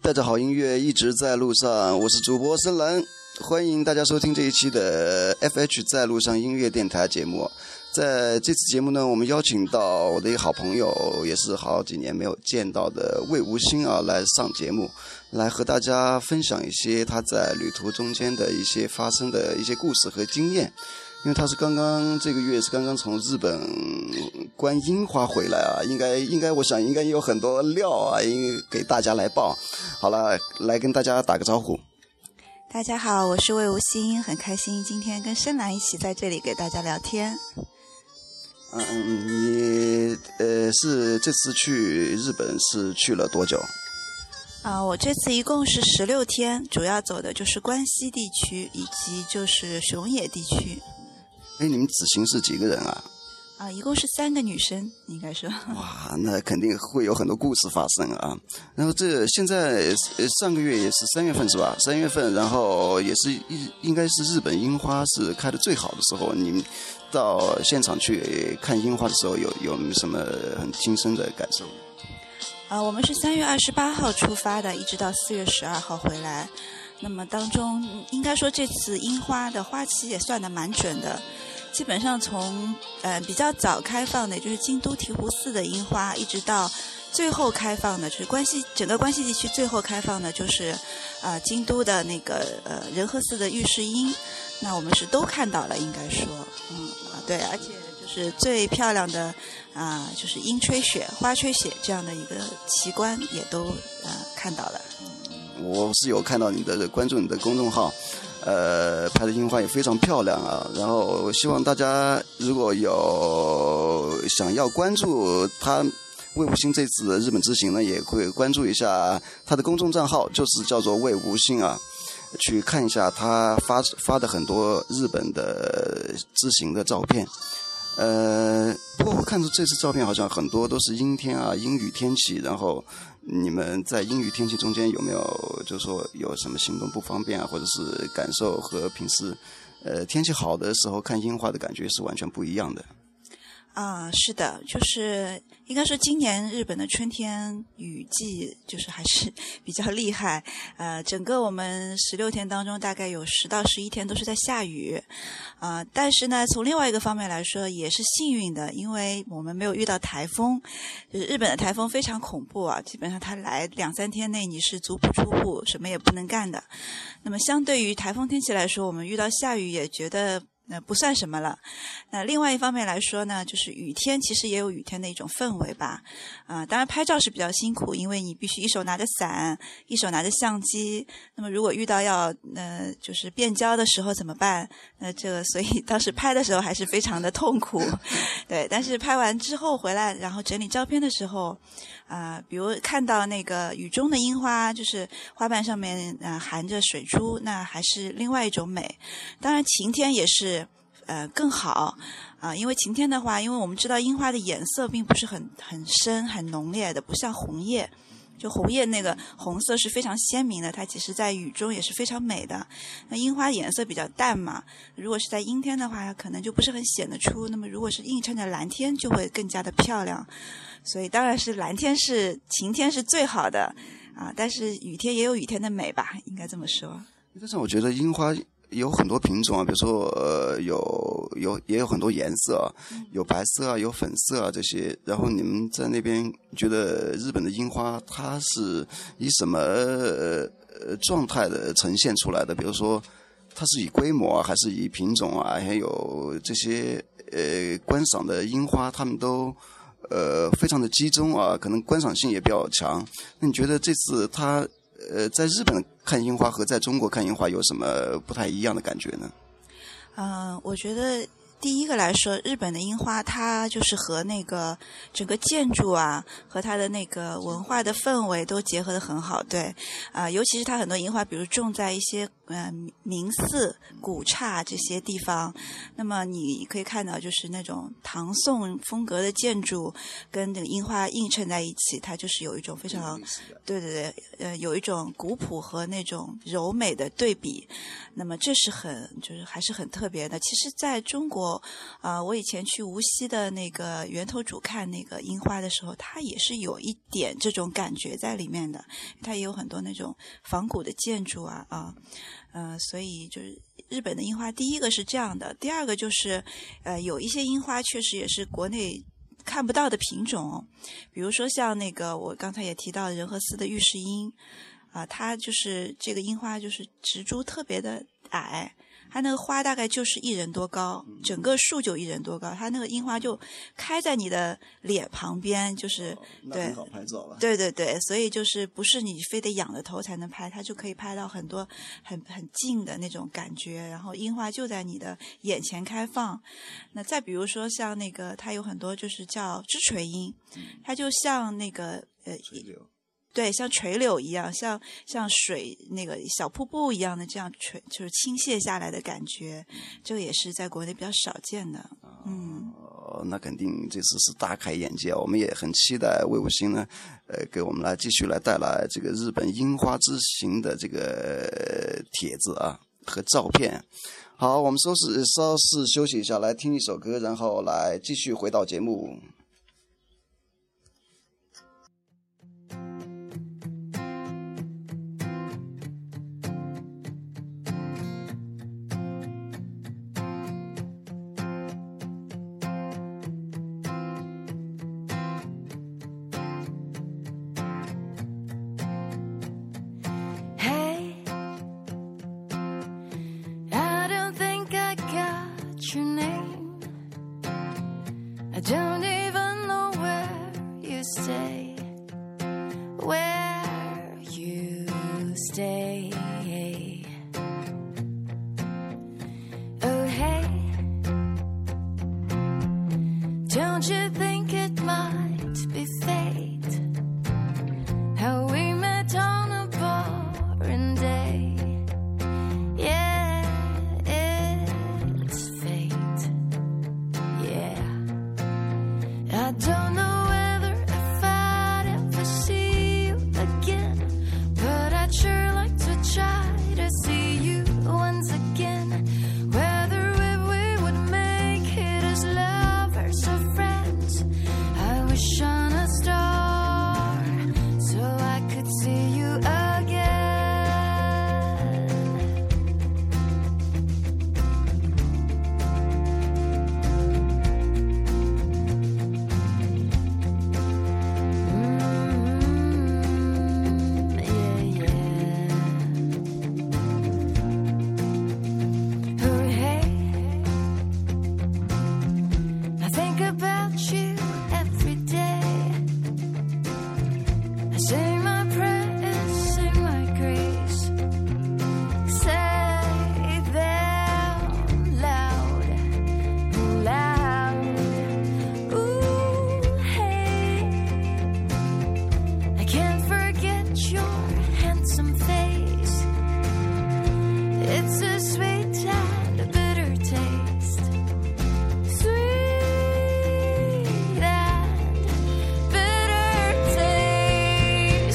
带着好音乐一直在路上，我是主播深蓝，欢迎大家收听这一期的 FH 在路上音乐电台节目。在这次节目呢，我们邀请到我的一个好朋友，也是好几年没有见到的魏无心啊，来上节目，来和大家分享一些他在旅途中间的一些发生的一些故事和经验。因为他是这个月是刚刚从日本观樱花回来啊，我想应该有很多料啊，给大家来报。好了，来跟大家打个招呼。 大家好，我是魏无心，很开心今天跟深蓝一起在这里给大家聊天。 你是这次去日本是去了多久？ 我这次一共是16天，主要走的就是关西地区以及就是熊野地区。 你们此行是几个人啊？ 一共是3个女生，应该说。 哇，那肯定会有很多故事发生啊。然后现在上个月也是3月份是吧？3月份，然后也是应该是日本樱花是开得最好的时候。你们到现场去看樱花的时候，有什么很亲身的感受？ 我们是3月28号出发的，一直到4月12号回来。那么当中应该说这次樱花的花期也算得蛮准的。基本上从比较早开放的，就是京都醍醐寺的樱花，一直到最后开放的，就是整个关西地区最后开放的，就是京都的那个仁和寺的御世樱。那我们是都看到了，应该说，对，而且就是最漂亮的就是樱吹雪、花吹雪这样的一个奇观，也都看到了。 我是有看到关注你的公众号。拍的樱花也非常漂亮啊，然后希望大家如果有想要关注他魏无心这次的日本之行呢，也会关注一下他的公众账号，就是叫做魏无心啊，去看一下他发的很多日本的之行的照片。不过我看出这次照片好像很多都是阴天啊、阴雨天气，然后你们在阴雨天气中间有没有就是说有什么行动不方便啊，或者是感受和平时天气好的时候看樱花的感觉是完全不一样的？ 是的，就是应该说今年日本的春天雨季就是还是比较厉害。整个我们16天当中大概有10到11天都是在下雨。但是呢，从另外一个方面来说也是幸运的，因为我们没有遇到台风。就是日本的台风非常恐怖啊，基本上它来2-3天内你是足不出户，什么也不能干的。那么相对于台风天气来说，我们遇到下雨也觉得不算什么了。那另外一方面来说呢，就是雨天其实也有雨天的一种氛围吧。当然拍照是比较辛苦，因为你必须一手拿着伞，一手拿着相机。那么如果遇到就是变焦的时候怎么办？所以当时拍的时候还是非常的痛苦。对，但是拍完之后回来，然后整理照片的时候，比如看到那个雨中的樱花，就是花瓣上面含着水珠，那还是另外一种美。当然晴天也是更好因为晴天的话，因为我们知道樱花的颜色并不是很深很浓烈的，不像红叶。就红叶那个红色是非常鲜明的，它其实在雨中也是非常美的。那樱花颜色比较淡嘛，如果是在阴天的话可能就不是很显得出，那么如果是映衬着蓝天就会更加的漂亮。所以当然是晴天是最好的但是雨天也有雨天的美吧，应该这么说。 但是我觉得樱花有很多品种啊，比如说也有很多颜色有白色啊，有粉色啊这些。然后你们在那边觉得日本的樱花它是以什么状态的呈现出来的？比如说它是以规模还是以品种啊，还有这些观赏的樱花它们都非常的集中啊，可能观赏性也比较强。那你觉得这次它在日本看樱花和在中国看樱花有什么不太一样的感觉呢？ 我觉得第一个来说，日本的樱花它就是和那个整个建筑和它的那个文化的氛围都结合得很好。对尤其是它很多樱花比如种在一些明寺古刹这些地方，那么你可以看到就是那种唐宋风格的建筑跟这个樱花映衬在一起，它就是有一种非常对有一种古朴和那种柔美的对比。那么这是就是还是很特别的。其实在中国候，我以前去无锡的那个源头渚看那个樱花的时候，它也是有一点这种感觉在里面的，它也有很多那种仿古的建筑所以就是日本的樱花，第一个是这样的，第二个就是有一些樱花确实也是国内看不到的品种，比如说像那个我刚才也提到仁和寺的玉石樱它就是这个樱花就是植株特别的矮，它那个花大概就是1人多高，整个树就1人多高，它那个樱花就开在你的脸旁边，就是那很好拍照了。 对对对，所以就是不是你非得仰着头才能拍，它就可以拍到很多很近的那种感觉，然后樱花就在你的眼前开放。那再比如说像那个它有很多就是叫枝垂樱，它就像那个垂柳， 对，像垂柳一样，像水那个小瀑布一样的这样就是倾泻下来的感觉，这个也是在国内比较少见的。 那肯定这次是大开眼界，我们也很期待魏武星呢，给我们来继续来带来这个日本樱花之行的这个帖子和照片。好，我们稍事休息一下，来听一首歌，然后来继续回到节目。 Don't you think it might be fate? How we met on a boring day. Yeah, it's fate. Yeah. I don't know whether if I'd ever see you again, but I'd sure like to try to see you once again. Whether we would make it as lovers or friends, I wish on a star so I could see you again. Oh, hey, I think about you every day. I say my prayers, sing my grace, say them loud, loud. Ooh, hey, I can't forget your handsome face. It's a sweet and a bitter taste. Sweet and bitter taste.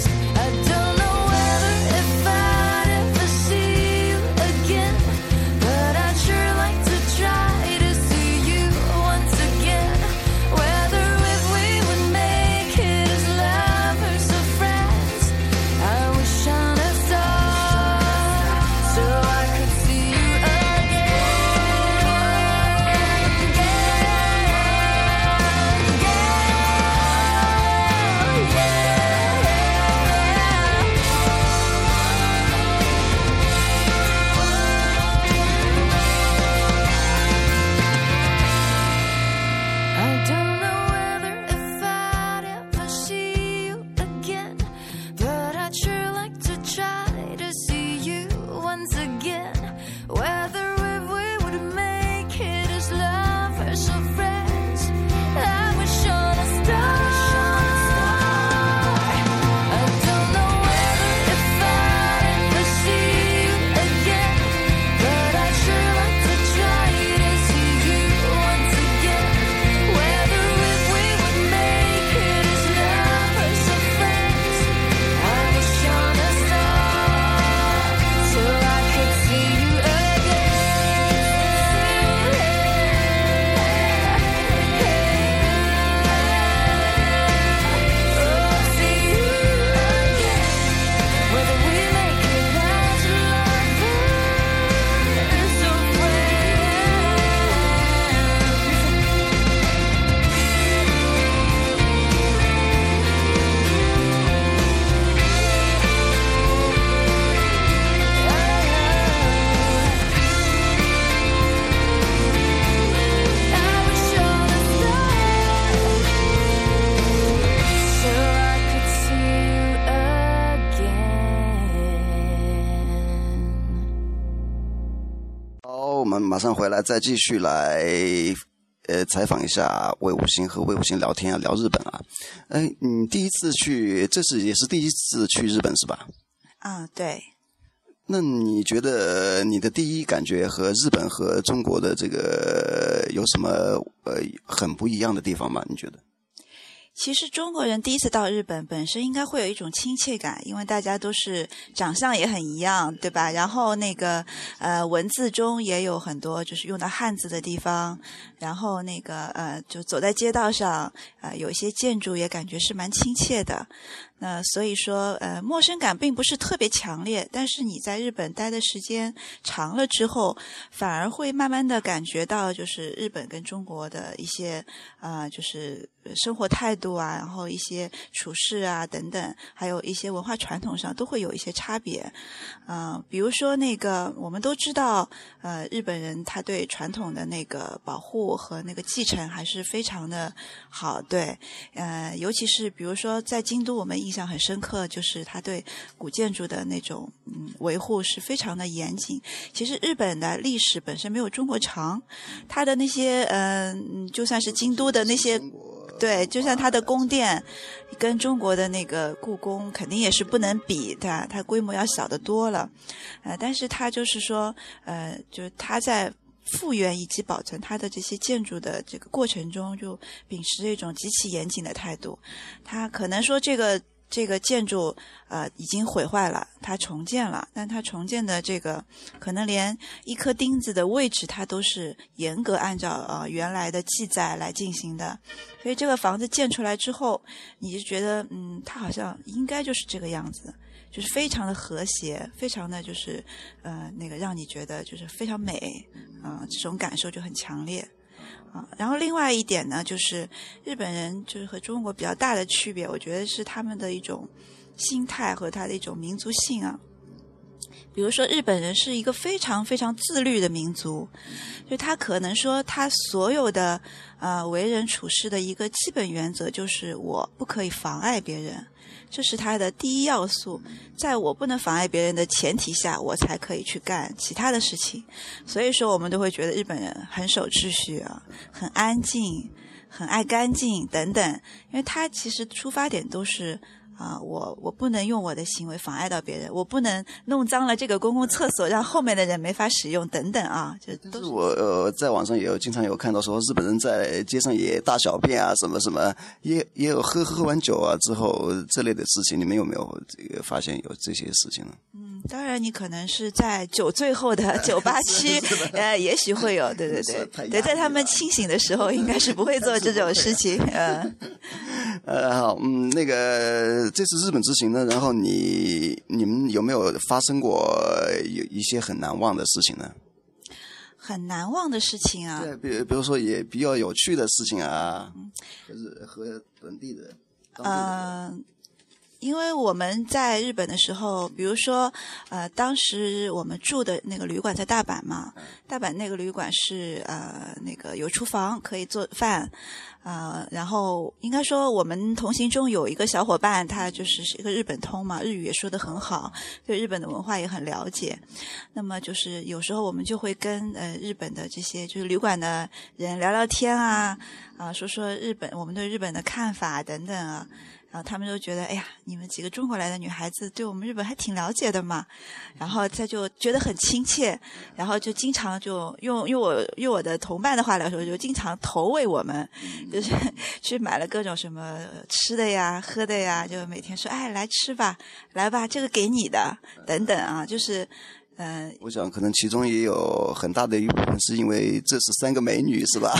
上回来再继续来采访一下魏武星，和魏武星聊天啊，聊日本啊。你第一次去，也是第一次去日本是吧？ 啊，对。 那你觉得你的第一感觉和日本和中国的这个有什么很不一样的地方吗？你觉得？ 其实中国人第一次到日本本身应该会有一种亲切感，因为大家都是长相也很一样，对吧？然后那个文字中也有很多就是用到汉字的地方，然后那个就走在街道上有一些建筑也感觉是蛮亲切的。那所以说陌生感并不是特别强烈，但是你在日本待的时间长了之后，反而会慢慢的感觉到就是日本跟中国的一些就是生活态度啊，然后一些处事啊等等，还有一些文化传统上都会有一些差别。比如说那个我们都知道日本人他对传统的那个保护和那个继承还是非常的好，对。尤其是比如说在京都，我们印象很深刻，就是他对古建筑的那种维护是非常的严谨。其实日本的历史本身没有中国长，它的那些就算是京都的那些，对，就像它的宫殿跟中国的那个故宫肯定也是不能比的，它规模要小得多了。但是它就是说就是它在复原以及保存它的这些建筑的这个过程中，就秉持这种极其严谨的态度。它可能说这个建筑已经毁坏了，它重建了，但它重建的这个可能连一颗钉子的位置它都是严格按照原来的记载来进行的。所以这个房子建出来之后，你就觉得它好像应该就是这个样子，就是非常的和谐，非常的就是那个让你觉得就是非常美这种感受就很强烈。然后另外一点呢，就是日本人就是和中国比较大的区别，我觉得是他们的一种心态和他的一种民族性啊。比如说日本人是一个非常非常自律的民族，就他可能说他所有的为人处事的一个基本原则就是我不可以妨碍别人，这是他的第一要素，在我不能妨碍别人的前提下，我才可以去干其他的事情。所以说我们都会觉得日本人很守秩序啊，很安静，很爱干净等等，因为他其实出发点都是我不能用我的行为妨碍到别人，我不能弄脏了这个公共厕所让后面的人没法使用等等啊。 但是我在网上也经常有看到说日本人在街上也大小便啊，什么什么，也有喝完酒啊之后这类的事情，你们有没有这个发现有这些事情呢？ 当然你可能是在酒醉后的酒吧区也许会有，对对对对，在他们清醒的时候应该是不会做这种事情。 好，那个这次日本之行呢，然后你们有没有发生过有一些很难忘的事情呢？ 很难忘的事情啊？ 对，比如说也比较有趣的事情啊，就是和本地的当地的因为我们在日本的时候，比如说当时我们住的那个旅馆在大阪嘛，大阪那个旅馆是那个有厨房可以做饭，然后应该说我们同行中有一个小伙伴，他就是一个日本通嘛，日语也说得很好，对日本的文化也很了解。那么就是有时候我们就会跟日本的这些就是旅馆的人聊聊天啊，说说我们对日本的看法等等啊。然后他们都觉得，哎呀，你们几个中国来的女孩子对我们日本还挺了解的嘛，然后他就觉得很亲切，然后就经常就用我的同伴的话来说，就经常投喂我们，就是去买了各种什么吃的呀、喝的呀，就每天说，哎，来吃吧，来吧，这个给你的，等等啊，就是。 我想可能其中也有很大的一部分是因为这是3个美女，是吧？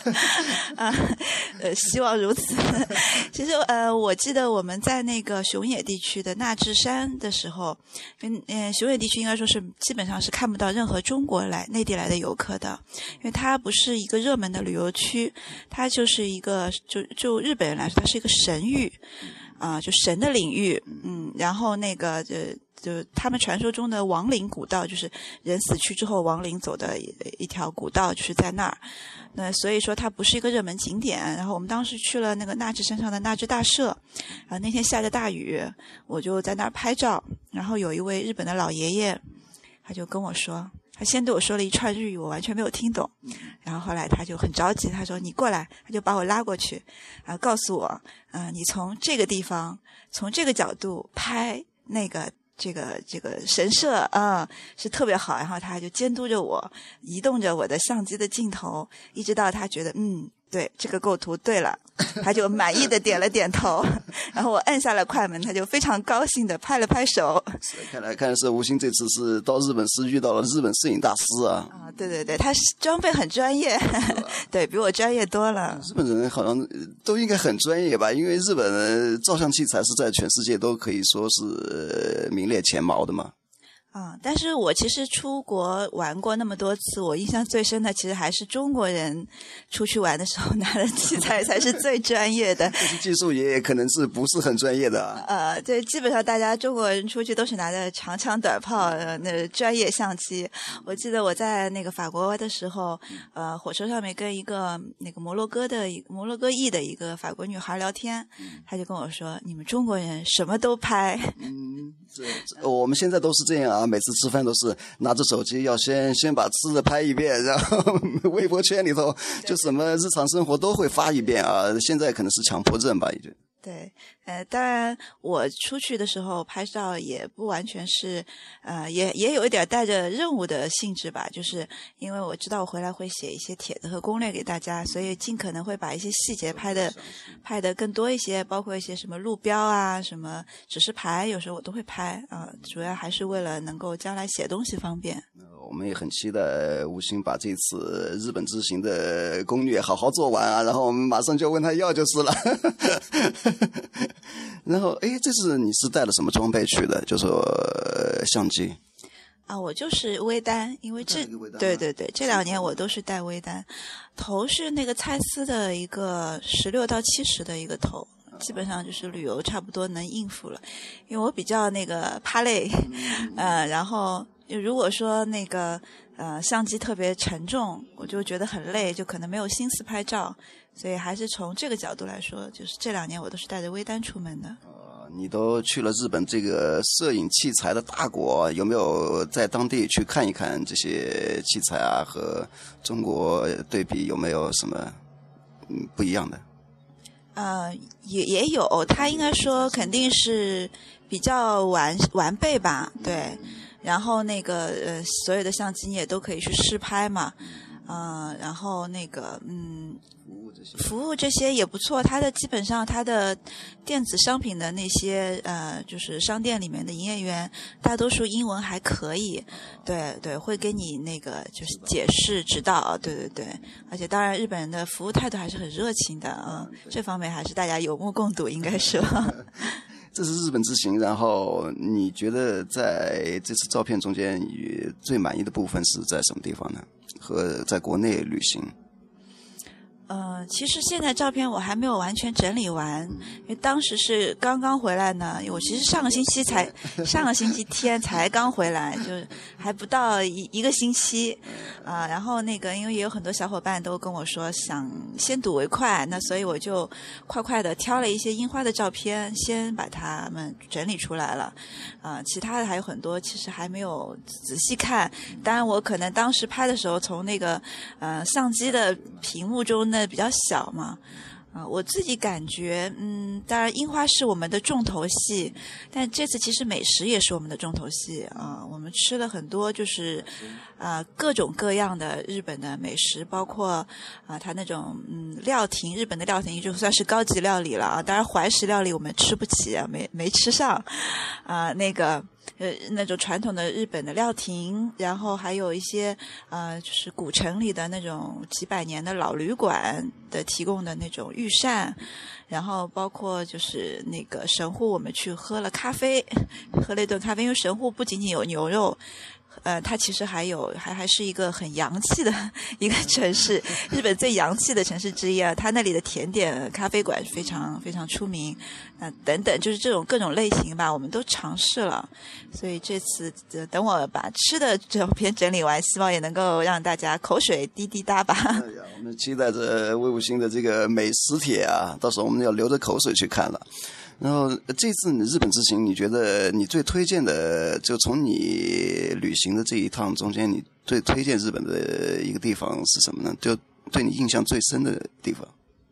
希望如此。其实我记得我们在那个熊野地区的那智山的时候，熊野地区应该说是基本上是看不到任何中国内地来的游客的，因为它不是一个热门的旅游区，它就是一个就日本人来说，它是一个神域就神的领域，然后那个就他们传说中的亡灵古道，就是人死去之后亡灵走的一条古道，就是在那儿。那所以说它不是一个热门景点。然后我们当时去了那个那智山上的那智大社，然后那天下着大雨，我就在那儿拍照。然后有一位日本的老爷爷，他就跟我说， 他先对我说了一串日语，我完全没有听懂。然后后来他就很着急，他说你过来，他就把我拉过去，告诉我，你从这个地方，从这个角度拍那个这个神社是特别好。然后他就监督着我，移动着我的相机的镜头，一直到他觉得对，这个构图对了，他就满意的点了点头。然后我按下了快门，他就非常高兴的拍了拍手。 看来是吴昕这次是到日本是遇到了日本摄影大师啊！ 对对对，他装备很专业，对比我专业多了。 日本人好像都应该很专业吧？因为日本照相器材是在全世界都可以说是名列前茅的嘛。 但是我其实出国玩过那么多次，我印象最深的其实还是中国人出去玩的时候拿的器材才是最专业的。 但是技术也可能是不是很专业的。 对，基本上大家中国人出去都是拿着长枪短炮，那专业相机。我记得我在那个法国的时候，火车上面跟一个那个摩洛哥裔的一个法国女孩聊天，她就跟我说：“你们中国人什么都拍。” 我们现在都是这样啊。每次吃饭都是拿着手机要先把吃的拍一遍，然后微博圈里头就什么日常生活都会发一遍啊。现在可能是强迫症吧，已经。 对，当然我出去的时候拍照也不完全是，也有一点带着任务的性质吧，就是因为我知道我回来会写一些帖子和攻略给大家，所以尽可能会把一些细节拍的更多一些，包括一些什么路标啊，什么指示牌，有时候我都会拍主要还是为了能够将来写东西方便。 我们也很期待吴昕把这次日本之行的攻略好好做完啊，然后我们马上就问他要就是了。然后这次你是带了什么装备去的？就说相机我就是微单，因为对，这2年我都是带微单，头是那个蔡司的一个16到70的一个头，基本上就是旅游差不多能应付了，因为我比较那个怕累，然后如果说那个相机特别沉重，我就觉得很累，就可能没有心思拍照，所以还是从这个角度来说，就是这2年我都是带着微单出门的。 你都去了日本这个摄影器材的大国，有没有在当地去看一看这些器材啊？和中国对比有没有什么不一样的？ 也有，他应该说肯定是比较完备吧，对。然后那个所有的相机你也都可以去试拍嘛，然后那个服务这些也不错，基本上它的电子商品的那些就是商店里面的营业员大多数英文还可以，对，会给你那个就是解释指导，对，而且当然日本人的服务态度还是很热情的，这方面还是大家有目共睹，应该说。 这是日本之行，然后你觉得在这次照片中间你最满意的部分是在什么地方呢？和在国内旅行？ 其实现在照片我还没有完全整理完，因为当时是刚刚回来呢。我其实上个星期天才刚回来，就还不到一个星期然后那个因为也有很多小伙伴都跟我说想先睹为快，那所以我就快的挑了一些樱花的照片，先把它们整理出来了。其他的还有很多其实还没有仔细看，当然我可能当时拍的时候从那个相机的屏幕中呢比较小嘛，我自己感觉当然樱花是我们的重头戏，但这次其实美食也是我们的重头戏我们吃了很多就是各种各样的日本的美食，包括它那种料亭，日本的料亭就算是高级料理了当然怀石料理我们吃不起没吃上那个那种传统的日本的料亭，然后还有一些就是古城里的那种几百年的老旅馆的提供的那种御膳，然后包括就是那个神户我们去喝了一顿咖啡，因为神户不仅仅有牛肉，它其实还是一个很洋气的一个城市，日本最洋气的城市之一它那里的甜点咖啡馆非常非常出名等等，就是这种各种类型吧我们都尝试了，所以这次等我把吃的照片整理完，希望也能够让大家口水滴滴答吧。 我们期待着魏武星的这个美食帖到时候我们要流着口水去看了。 然后这次日本之行，你觉得你最推荐的，就从你旅行的这一趟中间，你最推荐日本的一个地方是什么呢？就对你印象最深的地方？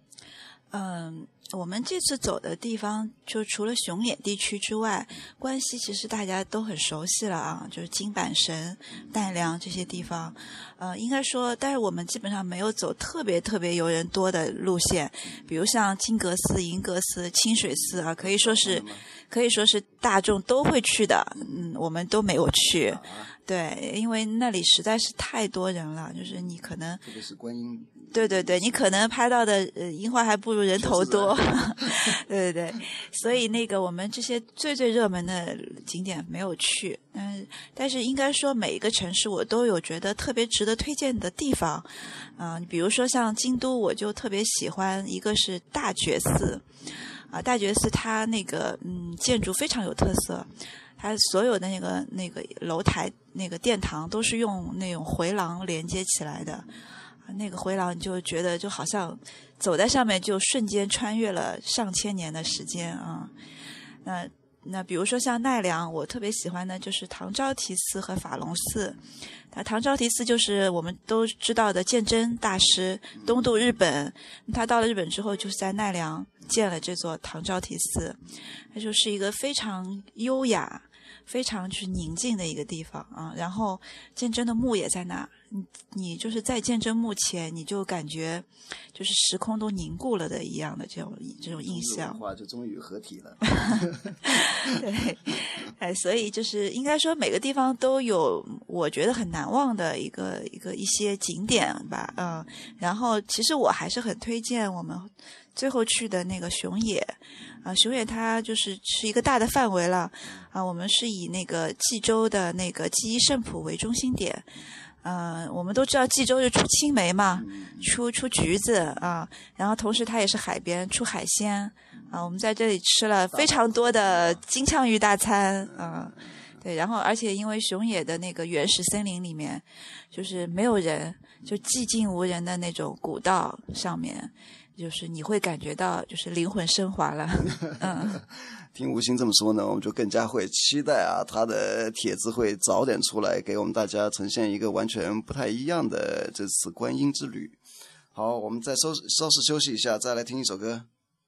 我们这次走的地方，就除了熊野地区之外，关西其实大家都很熟悉了啊，就是京阪神、奈良这些地方。应该说，但是我们基本上没有走特别游人多的路线，比如像金阁寺、银阁寺、清水寺啊，可以说是大众都会去的，我们都没有去。对，因为那里实在是太多人了，就是你可能特别是观音。 对，你可能拍到的樱花还不如人头多。对，所以我们这些最热门的景点没有去，但是应该说每一个城市我都有觉得特别值得推荐的地方。比如说像京都，我就特别喜欢一个是大觉寺大觉寺它建筑非常有特色，它所有的那个楼台殿堂都是用那种回廊连接起来的。那个回廊你就觉得就好像走在上面就瞬间穿越了上千年的时间啊。那比如说像奈良，我特别喜欢的就是唐招提寺和法隆寺。唐招提寺就是我们都知道的鉴真大师东渡日本，他到了日本之后就是在奈良建了这座唐招提寺，它就是一个非常优雅非常去宁静的一个地方啊。然后鉴真的墓也在那，你就是在鉴真墓前，你就感觉就是时空都凝固了的一样的这种印象。 话就终于合体了。 对，所以就是应该说每个地方都有我觉得很难忘的一些景点吧。然后其实我还是很推荐我们最后去的那个熊野。熊野它就是一个大的范围了我们是以那个济州的那个纪伊圣浦为中心点。我们都知道济州是出青梅嘛，出橘子然后同时它也是海边，出海鲜我们在这里吃了非常多的金枪鱼大餐对，然后而且因为熊野的那个原始森林里面就是没有人，就寂静无人的那种古道上面，就是你会感觉到就是灵魂升华了。 听吴昕这么说呢，我们就更加会期待他的帖子会早点出来，给我们大家呈现一个完全不太一样的这次观音之旅。好，我们再稍事休息一下，再来听一首歌。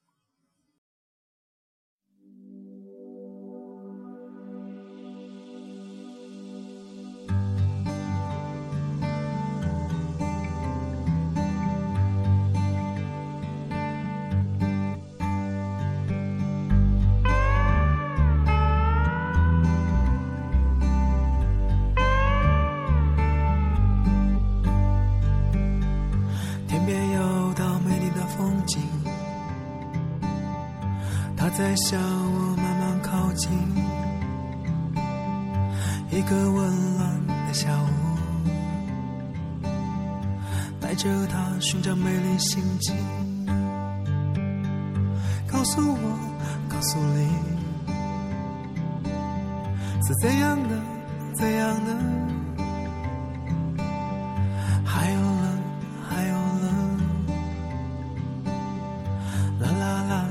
在向我慢慢靠近，一个温暖的下午，带着它寻找美丽心境。告诉我，告诉你，是怎样的，怎样的，还有了，还有了，啦啦啦。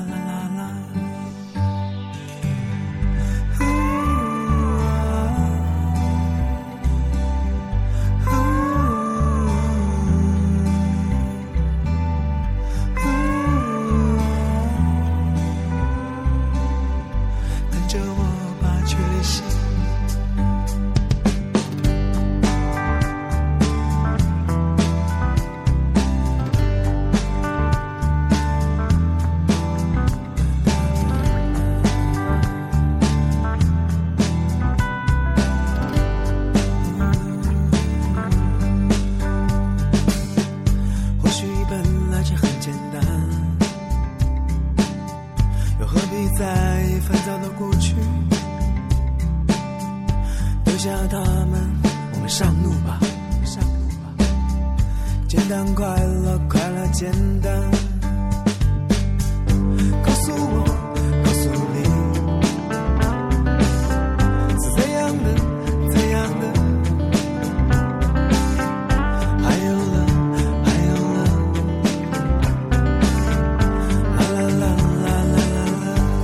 下他们，我们上路吧，上路吧，简单快乐，快乐简单。告诉我，告诉你，是怎样的，怎样的，还有了，还有了，啦啦啦啦啦啦啦。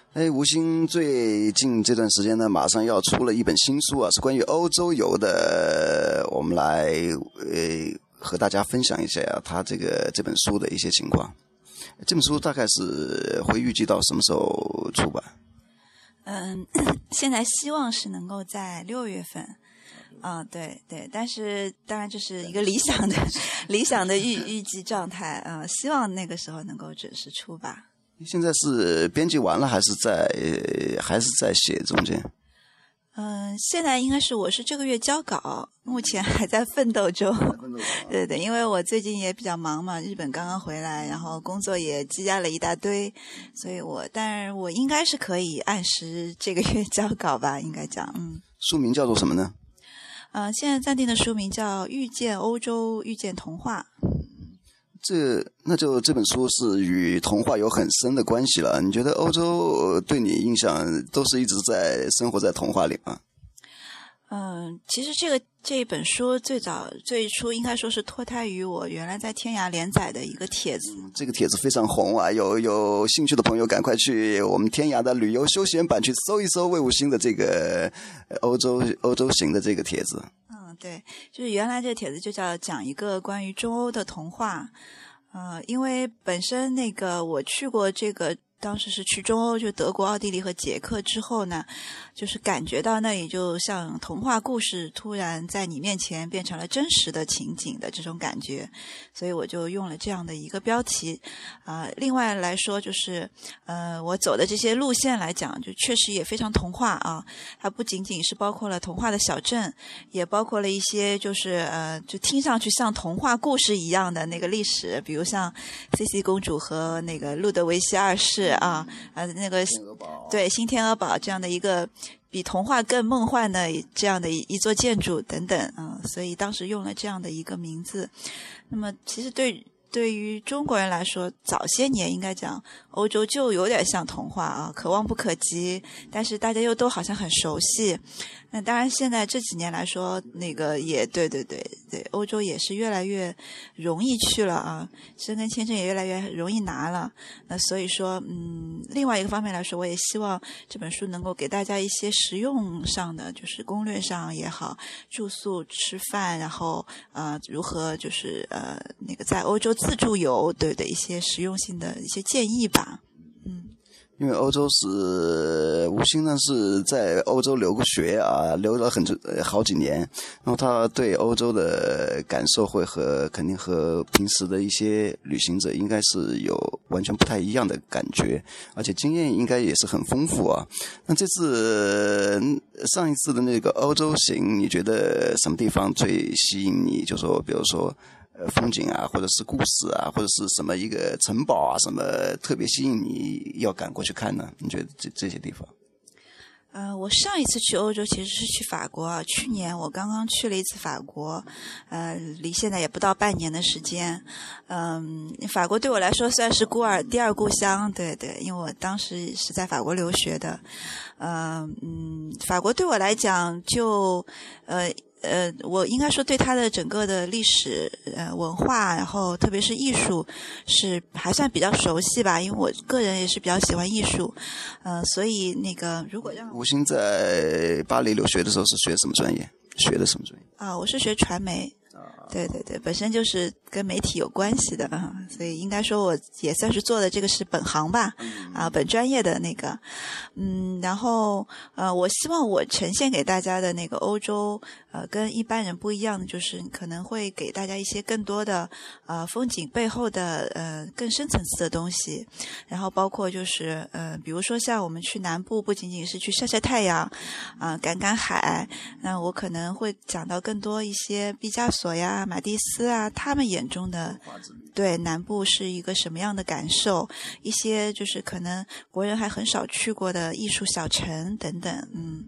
吴昕最近这段时间呢，马上要出了一本新书啊，是关于欧洲游的。我们来和大家分享一下他这本书的一些情况。这本书大概是会预计到什么时候出版？ 现在希望是能够在6月份。对，但是当然这是一个理想的预计状态希望那个时候能够准时出吧。 现在是编辑完了还是在写中间？ 现在应该是我是这个月交稿，目前还在奋斗中。对，因为我最近也比较忙嘛，日本刚刚回来，然后工作也积压了一大堆，所以但是我应该是可以按时这个月交稿吧，应该讲。 书名叫做什么呢？ 现在暂定的书名叫《遇见欧洲，遇见童话》。 那就这本书是与童话有很深的关系了。你觉得欧洲对你印象都是一直在生活在童话里吗？ 其实这本书最初应该说是脱胎于我原来在天涯连载的一个帖子。 这个帖子非常红啊，有兴趣的朋友赶快去我们天涯的旅游休闲版去搜一搜魏武星的这个欧洲行的这个帖子。 对，就是原来这个帖子就叫讲一个关于中欧的童话。因为本身我去过当时是去中欧，就德国、奥地利和捷克之后呢，就是感觉到那里就像童话故事突然在你面前变成了真实的情景的这种感觉，所以我就用了这样的一个标题。另外来说就是我走的这些路线来讲，就确实也非常童话啊。它不仅仅是包括了童话的小镇，也包括了一些就是就听上去像童话故事一样的那个历史，比如像 CC 公主和路德维希二世对新天鹅堡这样的一个比童话更梦幻的这样的一座建筑等等所以当时用了这样的一个名字。那么其实对于中国人来说，早些年应该讲欧洲就有点像童话可望不可及，但是大家又都好像很熟悉。那当然现在这几年来说也对，欧洲也是越来越容易去了申根签证也越来越容易拿了。那所以说另外一个方面来说，我也希望这本书能够给大家一些实用上的，就是攻略上也好，住宿吃饭，然后如何就是在欧洲自助游对一些实用性的一些建议吧。 因为欧洲是吴昕呢是在欧洲留过学留了好几年，然后他对欧洲的感受肯定和平时的一些旅行者应该是有完全不太一样的感觉，而且经验应该也是很丰富那这次上一次的欧洲行，你觉得什么地方最吸引你？就说比如说风景或者是故事或者是什么一个城堡什么特别吸引你要赶过去看呢？你觉得这些地方？ 我上一次去欧洲其实是去法国去年我刚刚去了一次法国，离现在也不到半年的时间。法国对我来说算是第二故乡，对，因为我当时是在法国留学的。法国对我来讲就我应该说对它的整个的历史文化，然后特别是艺术是还算比较熟悉吧，因为我个人也是比较喜欢艺术。所以如果让吴昕在巴黎留学的时候是学什么专业？ 我是学传媒。对，本身就是跟媒体有关系的所以应该说我也算是做的这个是本行吧本专业的然后我希望我呈现给大家的欧洲跟一般人不一样的，就是可能会给大家一些更多的风景背后的更深层次的东西，然后包括就是比如说像我们去南部不仅仅是去晒晒太阳赶海，那我可能会讲到更多一些毕加索呀马蒂斯他们眼中的对南部是一个什么样的感受，一些就是可能国人还很少去过的艺术小城等等。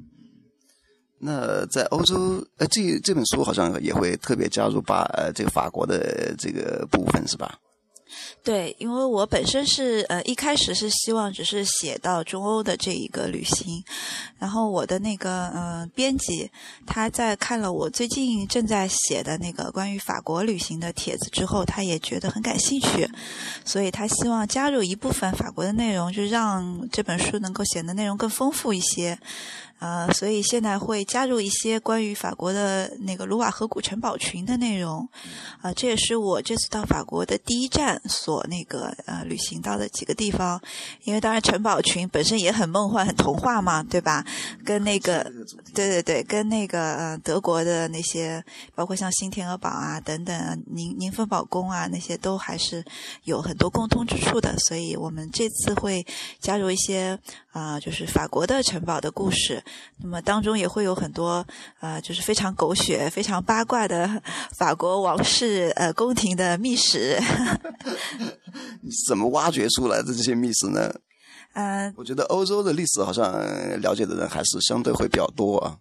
那在欧洲这本书好像也会特别加入这个法国的这个部分是吧？ 对，因为我本身是一开始是希望只是写到中欧的这一个旅行，然后我的那个编辑他在看了我最近正在写的那个关于法国旅行的帖子之后，他也觉得很感兴趣，所以他希望加入一部分法国的内容，就让这本书能够显得内容更丰富一些。所以现在会加入一些关于法国的那个卢瓦河谷城堡群的内容，这也是我这次到法国的第一站所那个旅行到的几个地方。因为当然城堡群本身也很梦幻、很童话嘛，对吧？跟那个对，跟那个德国的那些，包括像新天鹅堡啊等等、宁芬堡宫啊那些，都还是有很多共通之处的。所以我们这次会加入一些就是法国的城堡的故事。那么当中也会有很多就是非常狗血、非常八卦的法国王室宫廷的秘史。 你怎么挖掘出来的这些秘史呢？我觉得欧洲的历史好像了解的人还是相对会比较多啊。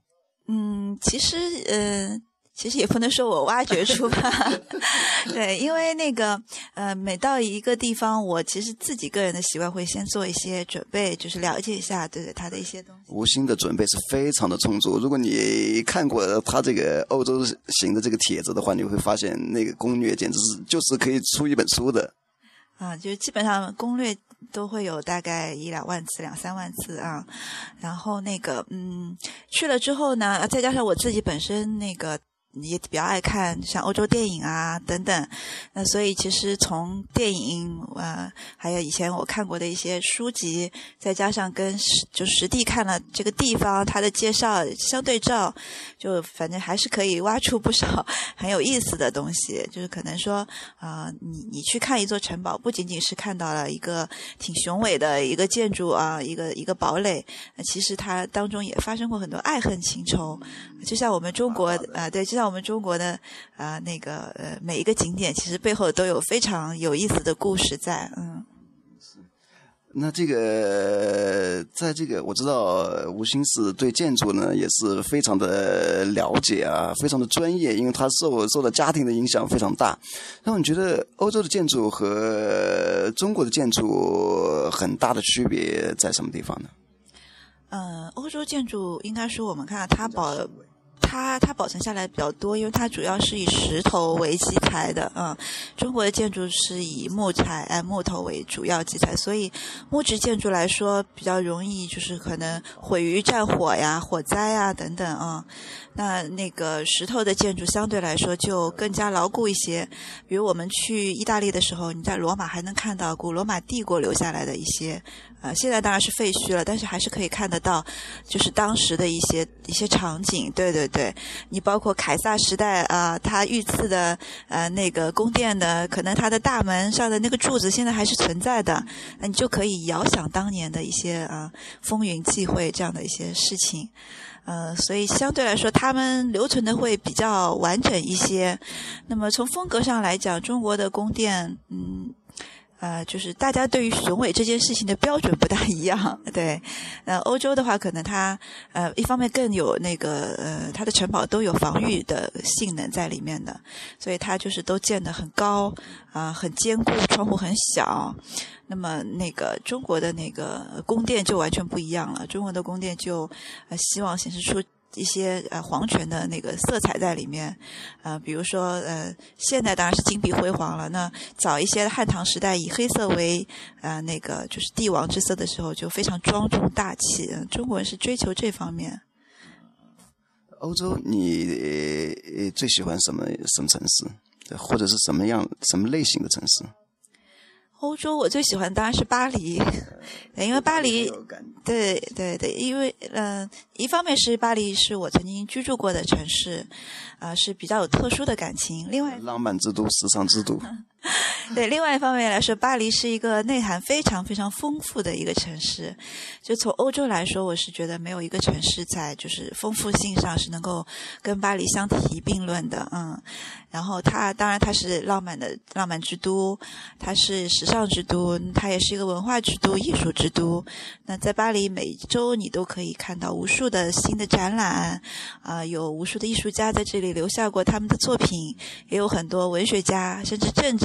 其实也不能说我挖掘出吧。对，因为那个每到一个地方，我其实自己个人的习惯会先做一些准备，就是了解一下对它的一些东西。 吴昕的准备是非常的充足，如果你看过他这个欧洲行的这个帖子的话，你会发现那个攻略简直是就是可以出一本书的。 就基本上攻略都会有大概1-2万字、2-3万字啊。然后那个去了之后呢，再加上我自己本身那个也比较爱看像欧洲电影啊等等，那所以其实从电影还有以前我看过的一些书籍，再加上跟就实地看了这个地方它的介绍相对照，就反正还是可以挖出不少很有意思的东西。就是可能说你去看一座城堡，不仅仅是看到了一个挺雄伟的一个建筑啊，一个堡垒，其实它当中也发生过很多爱恨情仇。就像我们中国对，就像我们中国的那个每一个景点其实背后都有非常有意思的故事在。 那这个在这个我知道吴昕是对建筑呢也是非常的了解啊，非常的专业，因为他受到家庭的影响非常大。那你觉得欧洲的建筑和中国的建筑很大的区别在什么地方呢？ 欧洲建筑应该说我们看它保存下来比较多，因为它主要是以石头为基材的。中国的建筑是以木头为主要基材，所以木质建筑来说比较容易就是可能毁于战火呀、火灾啊等等啊。那个石头的建筑相对来说就更加牢固一些。比如我们去意大利的时候，你在罗马还能看到古罗马帝国留下来的一些现在当然是废墟了，但是还是可以看得到就是当时的一些场景。对，你包括凯撒时代他御赐的那个宫殿的，可能他的大门上的那个柱子现在还是存在的，那你就可以遥想当年的一些风云际会这样的一些事情。所以相对来说他们留存的会比较完整一些。那么从风格上来讲，中国的宫殿就是大家对于雄伟这件事情的标准不大一样。对，欧洲的话可能它一方面更有那个它的城堡都有防御的性能在里面的，所以它就是都建得很高很坚固，窗户很小。那么那个中国的那个宫殿就完全不一样了，中国的宫殿就希望显示出一些皇权的那个色彩在里面。比如说现在当然是金碧辉煌了，那早一些汉唐时代以黑色为那个就是帝王之色的时候就非常庄重大气。中国人是追求这方面。 欧洲你最喜欢什么城市，或者是什么类型的城市？ 欧洲我最喜欢当然是巴黎。因为巴黎对，因为一方面是巴黎是我曾经居住过的城市是比较有特殊的感情，另外浪漫之都、时尚之都。 对，另外一方面来说，巴黎是一个内涵非常非常丰富的一个城市。就从欧洲来说，我是觉得没有一个城市在就是丰富性上是能够跟巴黎相提并论的。然后当然它是浪漫之都，它是时尚之都，它也是一个文化之都、艺术之都。那在巴黎每周你都可以看到无数的新的展览有无数的艺术家在这里留下过他们的作品，也有很多文学家甚至政治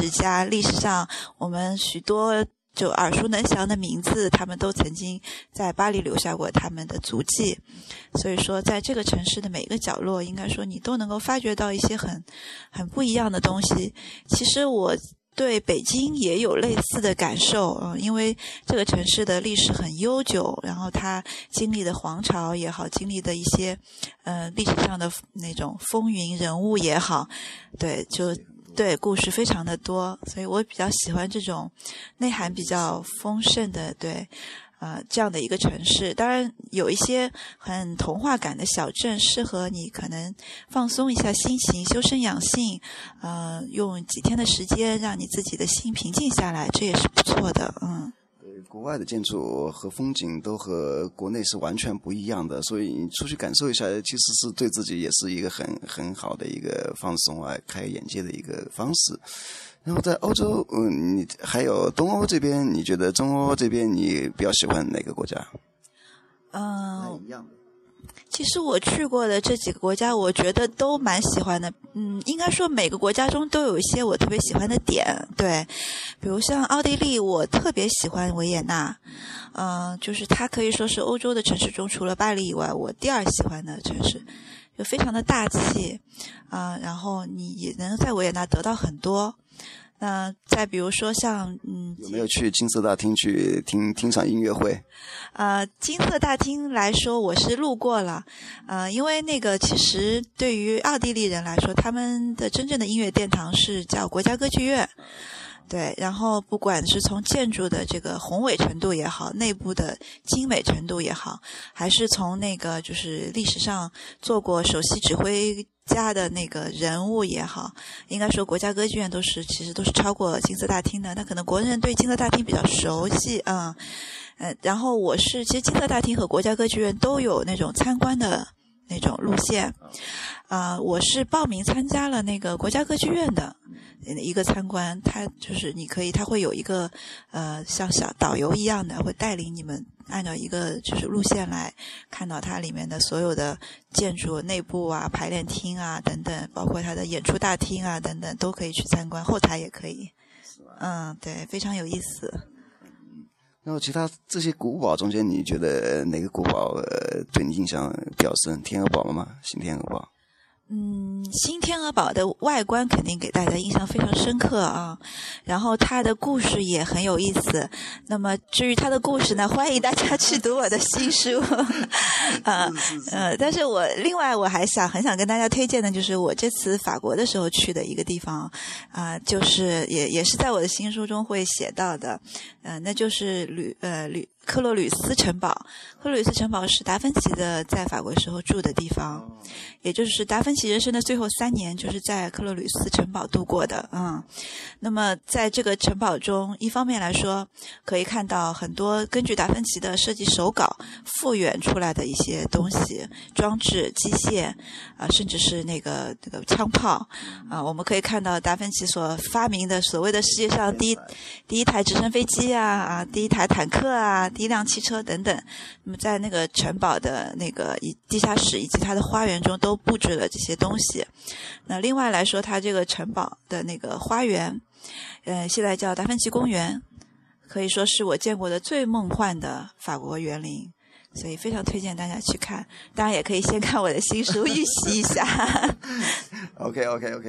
史家，历史上我们许多就耳熟能详的名字，他们都曾经在巴黎留下过他们的足迹。所以说在这个城市的每一个角落，应该说你都能够发掘到一些很不一样的东西。其实我对北京也有类似的感受，因为这个城市的历史很悠久，然后它经历的皇朝也好，经历的一些历史上的那种风云人物也好，对故事非常的多，所以我比较喜欢这种内涵比较丰盛的这样的一个城市。当然有一些很童话感的小镇适合你可能放松一下心情，修身养性，用几天的时间让你自己的心平静下来，这也是不错的。 国外的建筑和风景都和国内是完全不一样的，所以你出去感受一下，其实是对自己也是一个很好的一个放松啊，开眼界的一个方式。然后在欧洲，你还有东欧这边，你觉得中欧这边你比较喜欢哪个国家？一样的。 其实我去过的这几个国家，我觉得都蛮喜欢的。应该说每个国家中都有一些我特别喜欢的点。对，比如像奥地利，我特别喜欢维也纳。就是它可以说是欧洲的城市中除了巴黎以外，我第二喜欢的城市，就非常的大气然后你也能在维也纳得到很多。那再比如说像有没有去金色大厅去听场音乐会？ 金色大厅来说我是路过了，因为那个其实对于奥地利人来说，他们的真正的音乐殿堂是叫国家歌剧院。对，然后不管是从建筑的这个宏伟程度也好，内部的精美程度也好，还是从那个就是历史上做过首席指挥家的那个人物也好，应该说国家歌剧院其实都是超过金色大厅的。那可能国人对金色大厅比较熟悉然后其实金色大厅和国家歌剧院都有那种参观的那种路线我是报名参加了那个国家歌剧院的一个参观，它就是它会有一个像小导游一样的，会带领你们按照一个就是路线来看到它里面的所有的建筑内部排练厅等等，包括它的演出大厅等等都可以去参观，后台也可以。对，非常有意思。 然后其他这些古堡中间，你觉得哪个古堡对你印象比较深？天鹅堡吗？新天鹅堡？ 新天鹅堡的外观肯定给大家印象非常深刻然后它的故事也很有意思。那么至于它的故事呢，欢迎大家去读我的新书但是另外我还很想跟大家推荐的就是我这次法国的时候去的一个地方就是也是在我的新书中会写到的那就是克洛吕斯城堡。克洛吕斯城堡是达芬奇在法国时候住的地方，也就是达芬奇人生的最后3年就是在克洛吕斯城堡度过的那么在这个城堡中，一方面来说可以看到很多根据达芬奇的设计手稿复原出来的一些东西，装置、机械甚至是那个枪炮我们可以看到达芬奇所发明的所谓的世界上第一台直升飞机第一台坦克第一辆汽车等等。那么在那个城堡的那个地下室以及它的花园中都布置了这些东西。那另外来说，它这个城堡的那个花园现在叫达芬奇公园，可以说是我见过的最梦幻的法国园林，所以非常推荐大家去看。当然也可以先看我的新书预习一下 OK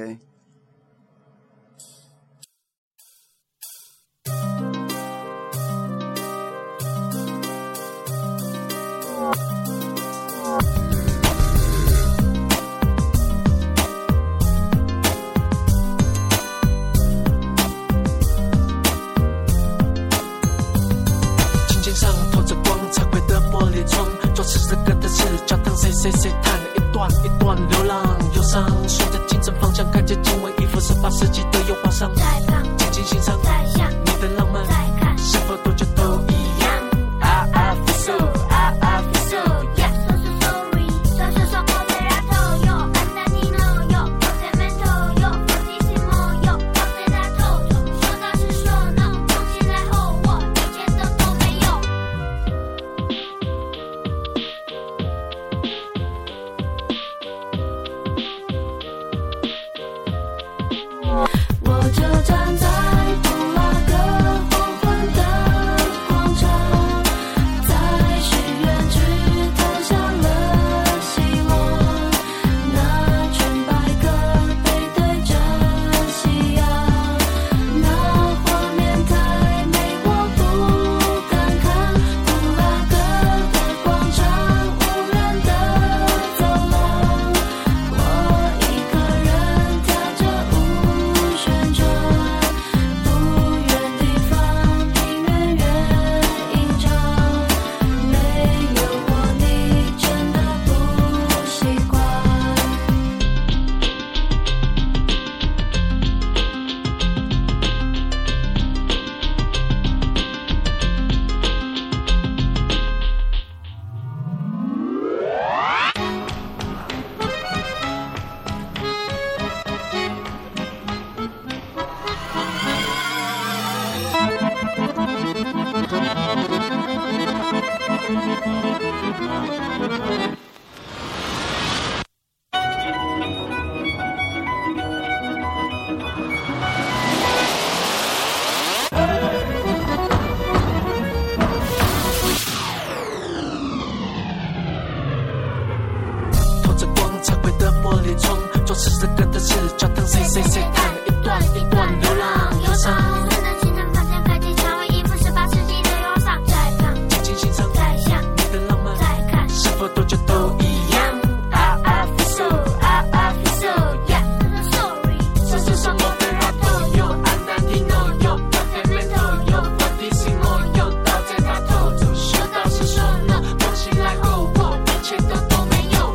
谁谈了一段一段流浪忧伤，顺着清晨方向，看见经纬衣服18世纪的油画上， 在旁静静欣赏， 在想你的浪漫， 在看是否多久都一样？I feel so，I feel so，yeah。So sorry，so operato yo，andanino yo，procedimento yo，fortissimo yo，proceda toto，说到是说 no， 从前来后我一件都没有。 是这个的事，就当谁谁谁看了一段一段流浪忧伤。 只能形成房间科技成为一幅18世纪的忧伤。再看， 静静欣赏， 再想， 你的浪漫， 再看， 是否多久都一样？啊啊复苏，啊啊复苏 ，Yeah。 sorry， 这是什么的拉头有安南蒂诺有有天门头有我的心我有到在他头就说到是说呢，我醒来后我一切都没有。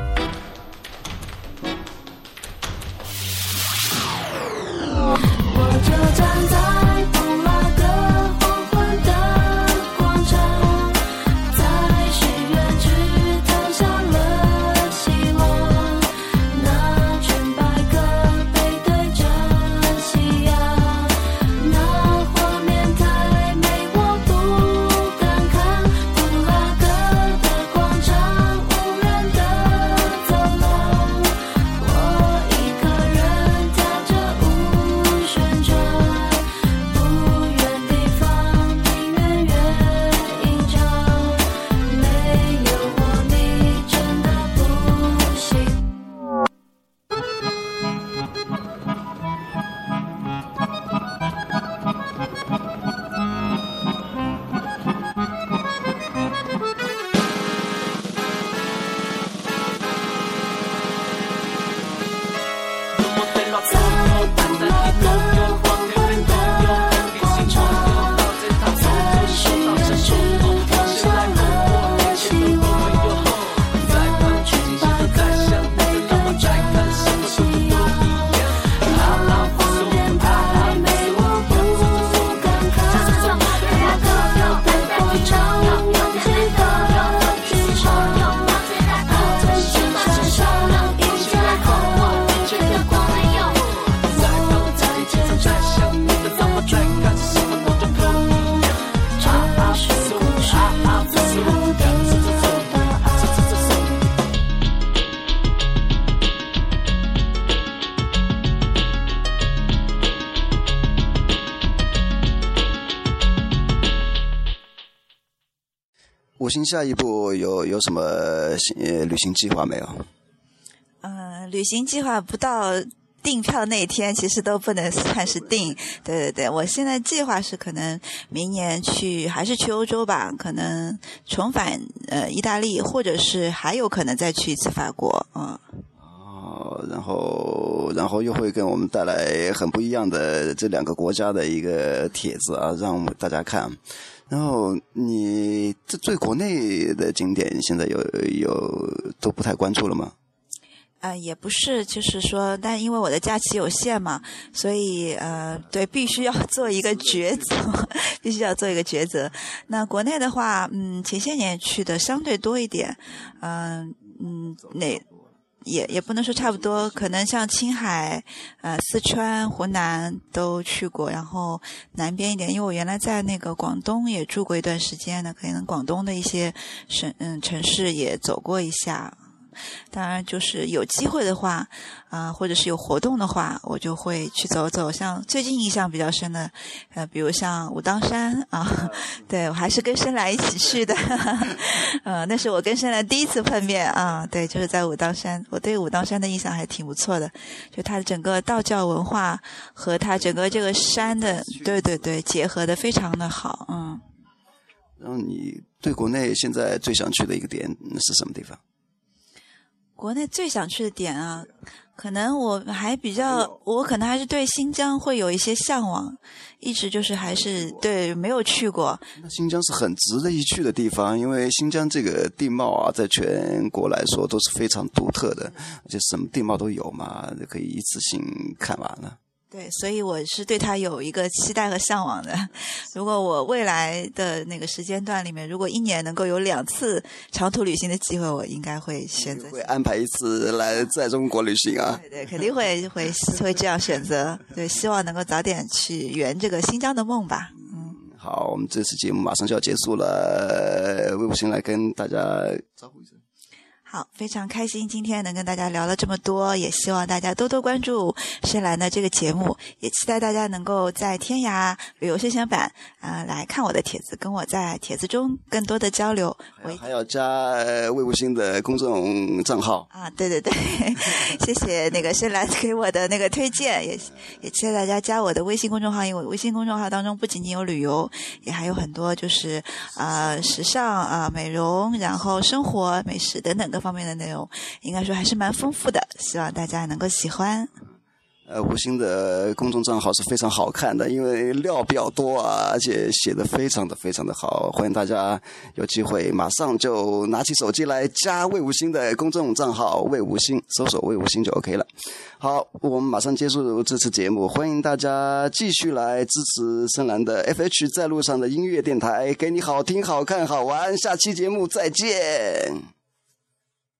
我就站在布拉格黄昏的广场，在许愿池投下了希望。那群白鸽背对着夕阳，那画面太美，我不敢看。布拉格的广场，无人的走廊，我一个人踏着无旋转，不远地方，平原乐吟唱，没有我你真的不行。在布拉格黄昏的广场，在许愿池投下了希望。那群白鸽背对着夕阳，那画面太美，我不敢看。布拉格的广场，拥挤的剧场，安静山上映在后天的光没有。我在街上，你的浪漫在看，什么都就可以。这是故事最后的答案。 五星下一步有什么旅行计划没有？ 旅行计划不到订票那一天，其实都不能算是订。对，我现在计划是可能明年还是去欧洲吧，可能重返意大利，或者是还有可能再去一次法国。 然后又会给我们带来很不一样的这两个国家的一个帖子啊，让大家看。然后你对国内的景点现在有都不太关注了吗？ 也不是，就是说，但因为我的假期有限嘛，所以对，必须要做一个抉择，那国内的话，前些年去的相对多一点，也不能说差不多，可能像青海、四川、湖南都去过，然后南边一点，因为我原来在那个广东也住过一段时间呢，可能广东的一些城市也走过一下。当然就是有机会的话或者是有活动的话，我就会去走走。像最近印象比较深的比如像武当山对，我还是跟深蓝一起去的那是我跟深蓝第一次碰面对，就是在武当山。我对武当山的印象还挺不错的，就它的整个道教文化和它整个这个山的对结合的非常的好。 然后你对国内现在最想去的一个点是什么地方？ 国内最想去的点可能我可能还是对新疆会有一些向往，一直就是还是对没有去过。 那新疆是很值得一去的地方，因为新疆这个地貌在全国来说都是非常独特的，而且什么地貌都有嘛，可以一次性看完了。 对，所以我是对它有一个期待和向往的。如果我未来的那个时间段里面，如果一年能够有2次长途旅行的机会，我应该会选择。 会安排一次来在中国旅行啊？ 对，肯定会这样选择。对，希望能够早点去圆这个新疆的梦吧。 好，我们这次节目马上就要结束了，魏武星来跟大家招呼一声。 好，非常开心今天能跟大家聊了这么多，也希望大家多多关注深蓝的这个节目，也期待大家能够在天涯旅游现象版来看我的帖子，跟我在帖子中更多的交流。 还要加魏无心的公众账号啊，对对对，谢谢那个深蓝给我的那个推荐，也期待大家加我的微信公众号，因为我微信公众号当中不仅仅有旅游，也还有很多就是时尚美容，然后生活美食等等各方面的内容，应该说还是蛮丰富的，希望大家能够喜欢。 无心的公众账号是非常好看的，因为料比较多啊，而且写得非常的好，欢迎大家有机会马上就拿起手机来加魏无心的公众账号，魏无心，搜索魏无心就 OK 了。好，我们马上结束这次节目，欢迎大家继续来支持深蓝的 FH 在路上的音乐电台，给你好听好看好玩，下期节目再见。